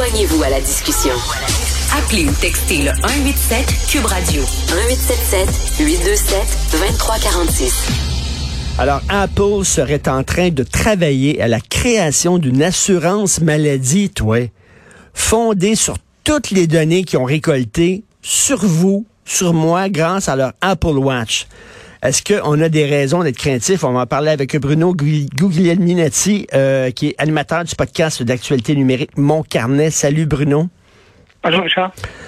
Joignez-vous à la discussion. Appelez ou textez le 187 Cube Radio 1877 827 2346. Alors, Apple serait en train de travailler à la création d'une assurance maladie, fondée sur toutes les données qu'ils ont récoltées sur vous, sur moi, grâce à leur Apple Watch. Est-ce qu'on a des raisons d'être craintif? On va en parler avec Bruno Guglielminetti, qui est animateur du podcast d'actualité numérique Mon Carnet. Salut Bruno. Bonjour Richard.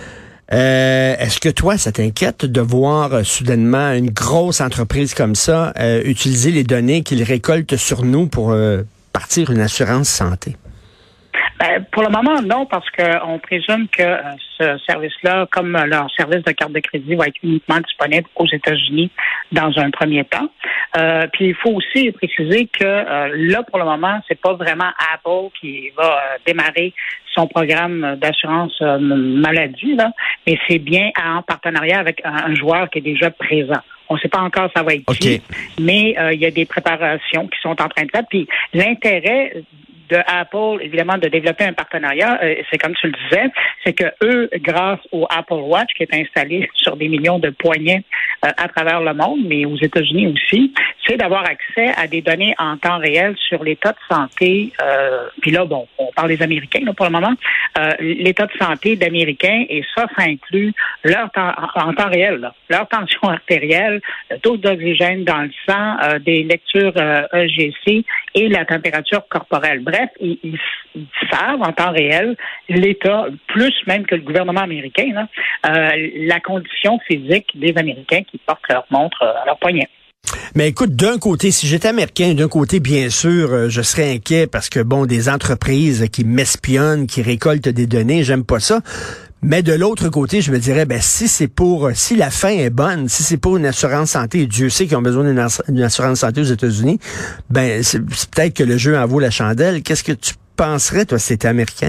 Est-ce que toi, ça t'inquiète de voir soudainement une grosse entreprise comme ça utiliser les données qu'ils récoltent sur nous pour partir une assurance santé? Pour le moment, non, parce qu'on présume que ce service-là, comme leur service de carte de crédit, va être uniquement disponible aux États-Unis dans un premier temps. Puis il faut aussi préciser que là, pour le moment, c'est pas vraiment Apple qui va démarrer son programme d'assurance maladie, là, mais c'est bien en partenariat avec un joueur qui est déjà présent. On ne sait pas encore ça va être qui, mais il y a des préparations qui sont en train de faire. Puis l'intérêt de Apple, évidemment, de développer un partenariat, c'est comme tu le disais, c'est que eux, grâce au Apple Watch, qui est installé sur des millions de poignets à travers le monde, mais aux États-Unis aussi, c'est d'avoir accès à des données en temps réel sur l'état de santé. Puis là, bon, on parle des Américains là, pour le moment, l'état de santé d'Américains, et ça inclut leur temps en temps réel, là, leur tension artérielle, le taux d'oxygène dans le sang, des lectures EGC et la température corporelle. Bref, ils savent en temps réel l'État, plus même que le gouvernement américain, là, la condition physique des Américains qui portent leur montre à leur poignet. Mais écoute, d'un côté, si j'étais américain, d'un côté, bien sûr, je serais inquiet parce que, bon, des entreprises qui m'espionnent, qui récoltent des données, j'aime pas ça. Mais de l'autre côté, je me dirais, si la fin est bonne, si c'est pour une assurance santé, et Dieu sait qu'ils ont besoin d'une assurance santé aux États-Unis, c'est peut-être que le jeu en vaut la chandelle. Qu'est-ce que tu penserais, toi, si t'étais américain?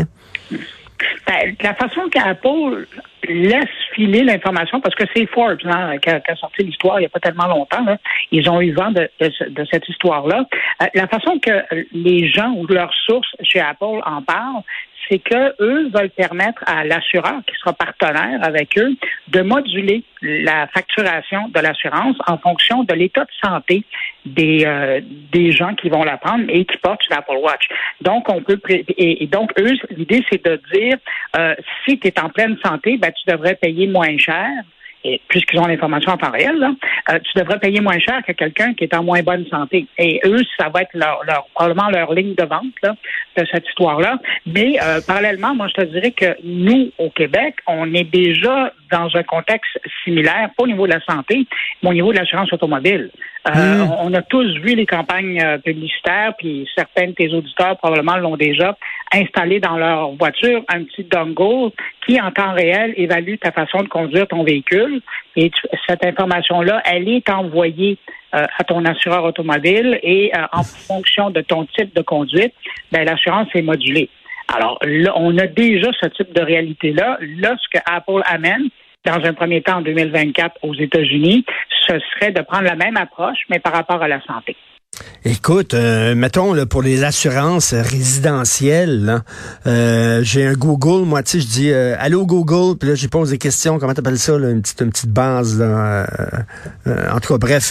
La façon qu'Apple laisse filer l'information, parce que c'est Forbes qui a sorti l'histoire il n'y a pas tellement longtemps, là, ils ont eu vent de cette histoire-là. La façon que les gens ou leurs sources chez Apple en parlent, c'est que eux veulent permettre à l'assureur, qui sera partenaire avec eux, de moduler la facturation de l'assurance en fonction de l'état de santé des gens qui vont la prendre et qui portent l'Apple Watch. Donc, donc, eux, l'idée, c'est de dire, si tu es en pleine santé, tu devrais payer moins cher. Et puisqu'ils ont l'information en temps réel, là, tu devrais payer moins cher que quelqu'un qui est en moins bonne santé. Et eux, ça va être probablement leur ligne de vente là, de cette histoire-là. Mais parallèlement, moi, je te dirais que nous, au Québec, on est déjà dans un contexte similaire, pas au niveau de la santé, mais au niveau de l'assurance automobile. On a tous vu les campagnes publicitaires, puis certains de tes auditeurs probablement l'ont déjà installé dans leur voiture, un petit dongle qui, en temps réel, évalue ta façon de conduire ton véhicule. Et cette information-là, elle est envoyée à ton assureur automobile et en fonction de ton type de conduite, l'assurance est modulée. Alors là, on a déjà ce type de réalité-là. Là, ce que Apple amène, dans un premier temps en 2024 aux États-Unis, ce serait de prendre la même approche, mais par rapport à la santé. Écoute, mettons là, pour les assurances résidentielles, là, j'ai un Google, moi tu sais, je dis allô Google, puis là j'y pose des questions, comment t'appelles ça, là, une petite base, là, en tout cas, bref,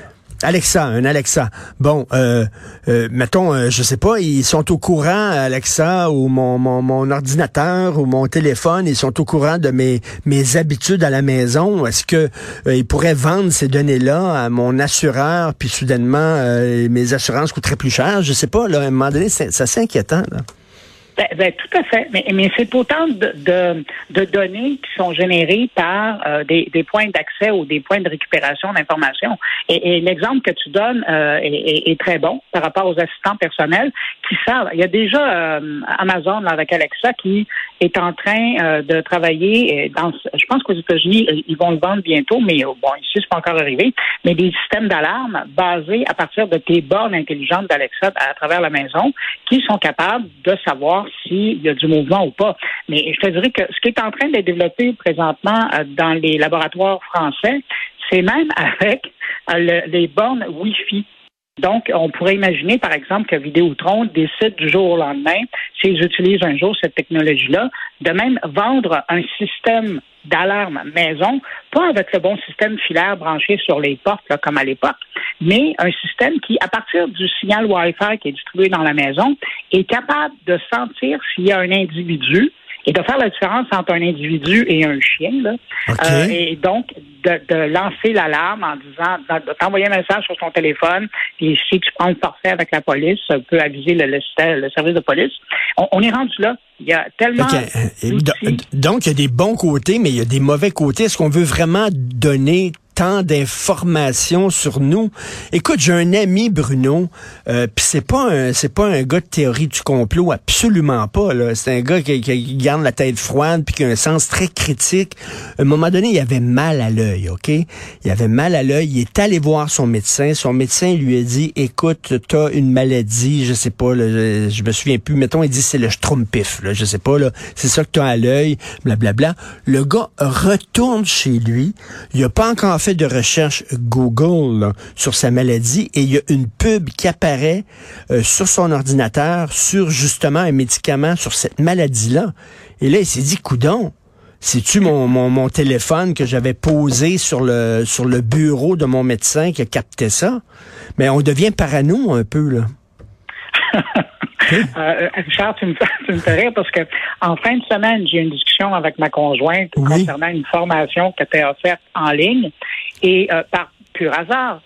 un Alexa. Bon, mettons, je sais pas, ils sont au courant, Alexa, ou mon ordinateur, ou mon téléphone, ils sont au courant de mes habitudes à la maison. Est-ce que ils pourraient vendre ces données-là à mon assureur, puis soudainement, mes assurances coûteraient plus cher? Je sais pas, là, à un moment donné, c'est assez inquiétant, là. Tout à fait. Mais c'est autant de données qui sont générées par des points d'accès ou des points de récupération d'informations. Et l'exemple que tu donnes est très bon par rapport aux assistants personnels qui savent. Il y a déjà Amazon là, avec Alexa qui est en train de travailler je pense qu'aux États-Unis, ils vont le vendre bientôt, mais bon, ici, c'est pas encore arrivé, mais des systèmes d'alarme basés à partir de tes bornes intelligentes d'Alexa à travers la maison qui sont capables de savoir s'il y a du mouvement ou pas. Mais je te dirais que ce qui est en train d'être développé présentement dans les laboratoires français, c'est même avec les bornes Wi-Fi. Donc, on pourrait imaginer, par exemple, que Vidéotron décide du jour au lendemain, s'ils utilisent un jour cette technologie-là, de même vendre un système d'alarme maison, pas avec le bon système filaire branché sur les portes, là, comme à l'époque, mais un système qui, à partir du signal Wi-Fi qui est distribué dans la maison, est capable de sentir s'il y a un individu et de faire la différence entre un individu et un chien, là. Okay. Et donc de lancer l'alarme en disant, de t'envoyer un message sur ton téléphone, et si tu prends le forfait avec la police, ça peut aviser le service de police. On est rendu là. Il y a tellement Donc, il y a des bons côtés, mais il y a des mauvais côtés. Est-ce qu'on veut vraiment donner tant d'informations sur nous? Écoute, j'ai un ami, Bruno, puis c'est pas un gars de théorie du complot, absolument pas, là. C'est un gars qui garde la tête froide puis qui a un sens très critique. À un moment donné, il avait mal à l'œil, OK? Il avait mal à l'œil, il est allé voir son médecin. Son médecin lui a dit, écoute, t'as une maladie, je sais pas, là, je me souviens plus, mettons, il dit c'est le Schtroumpf, là, je sais pas, là, c'est ça que t'as à l'œil, blablabla. Le gars retourne chez lui, il a pas encore fait de recherche Google là, sur sa maladie et il y a une pub qui apparaît sur son ordinateur sur justement un médicament sur cette maladie-là. Et là, il s'est dit, coudonc, c'est-tu mon téléphone que j'avais posé sur le bureau de mon médecin qui a capté ça? Mais on devient parano un peu, là. Richard, tu me fais rire parce que en fin de semaine, j'ai eu une discussion avec ma conjointe concernant une formation qui était offerte en ligne et par pur hasard,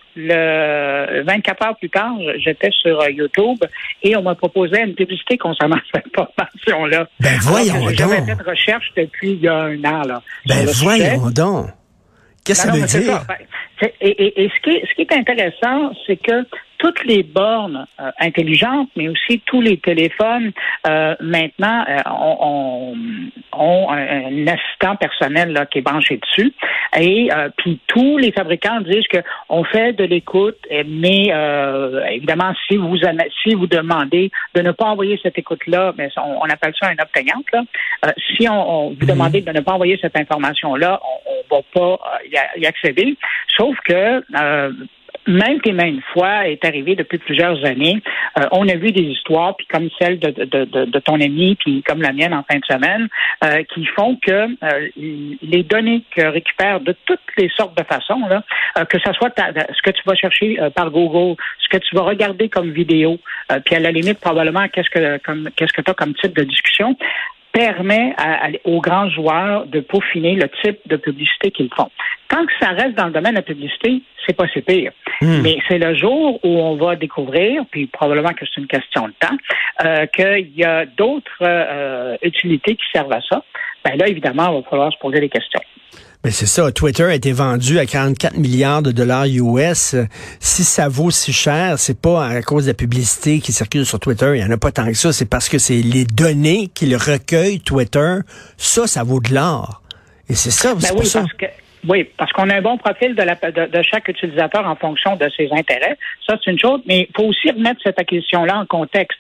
24 heures plus tard, j'étais sur YouTube et on m'a proposé une publicité concernant cette formation-là. Ben voyons donc. J'avais fait de recherche depuis il y a un an. Là, ben voyons donc. Qu'est-ce que ça veut dire? Et ce qui est intéressant, c'est que toutes les bornes intelligentes, mais aussi tous les téléphones, maintenant, ont un assistant personnel là, qui est branché dessus. Et puis tous les fabricants disent que on fait de l'écoute, mais évidemment, si vous demandez de ne pas envoyer cette écoute-là, mais on appelle ça un opt-out, là. Si on vous demandez de ne pas envoyer cette information-là, on va pas y accéder. Sauf que même fois est arrivé depuis plusieurs années. On a vu des histoires, puis comme celle de ton ami, puis comme la mienne en fin de semaine, qui font que les données que récupèrent de toutes les sortes de façons, là, que ça soit ce que tu vas chercher par Google, ce que tu vas regarder comme vidéo, puis à la limite probablement qu'est-ce que tu as comme type de discussion, permet aux grands joueurs de peaufiner le type de publicité qu'ils font. Tant que ça reste dans le domaine de la publicité, c'est pas si pire. Mais c'est le jour où on va découvrir, puis probablement que c'est une question de temps, qu'il y a d'autres utilités qui servent à ça. Ben là, évidemment, il va falloir se poser des questions. Mais c'est ça, Twitter a été vendu à 44 milliards de dollars US. Si ça vaut si cher, c'est pas à cause de la publicité qui circule sur Twitter, il y en a pas tant que ça, c'est parce que c'est les données qu'il recueille Twitter, ça vaut de l'or. Et c'est ça, c'est pour ça. Parce qu'on a un bon profil de chaque utilisateur en fonction de ses intérêts. Ça, c'est une chose, mais il faut aussi remettre cette acquisition-là en contexte.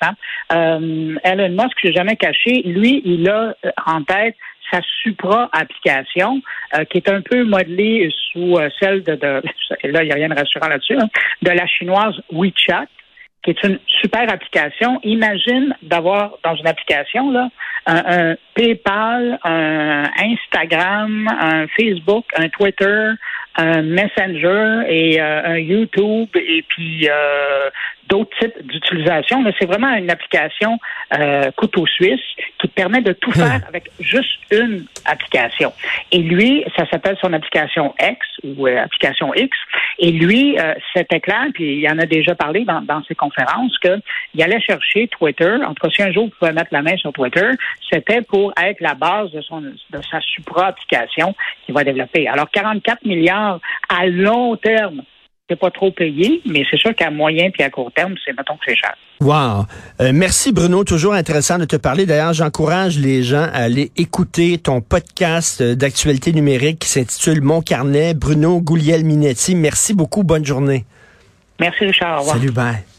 Elon Musk, je l'ai jamais caché, lui, il a en tête sa supra-application, qui est un peu modelée sous celle là, il n'y a rien de rassurant là-dessus, de la chinoise WeChat, qui est une super application. Imagine d'avoir dans une application là un PayPal, un Instagram, un Facebook, un Twitter, un Messenger et un YouTube et puis d'autres types d'utilisation. Mais c'est vraiment une application couteau suisse qui permet de tout faire avec juste une application. Et lui, ça s'appelle son application X ou application X. Et lui, c'était clair, puis il en a déjà parlé dans ses conférences, qu'il allait chercher Twitter. En tout cas, si un jour vous pouvez mettre la main sur Twitter, c'était pour être la base de sa supra-application qu'il va développer. Alors, 44 milliards à long terme, c'est pas trop payé, mais c'est sûr qu'à moyen puis à court terme, mettons que c'est cher. Wow. Merci Bruno, toujours intéressant de te parler. D'ailleurs, j'encourage les gens à aller écouter ton podcast d'actualité numérique qui s'intitule Mon Carnet. Bruno Guglielminetti, merci beaucoup, bonne journée. Merci Richard, au revoir. Salut, bye.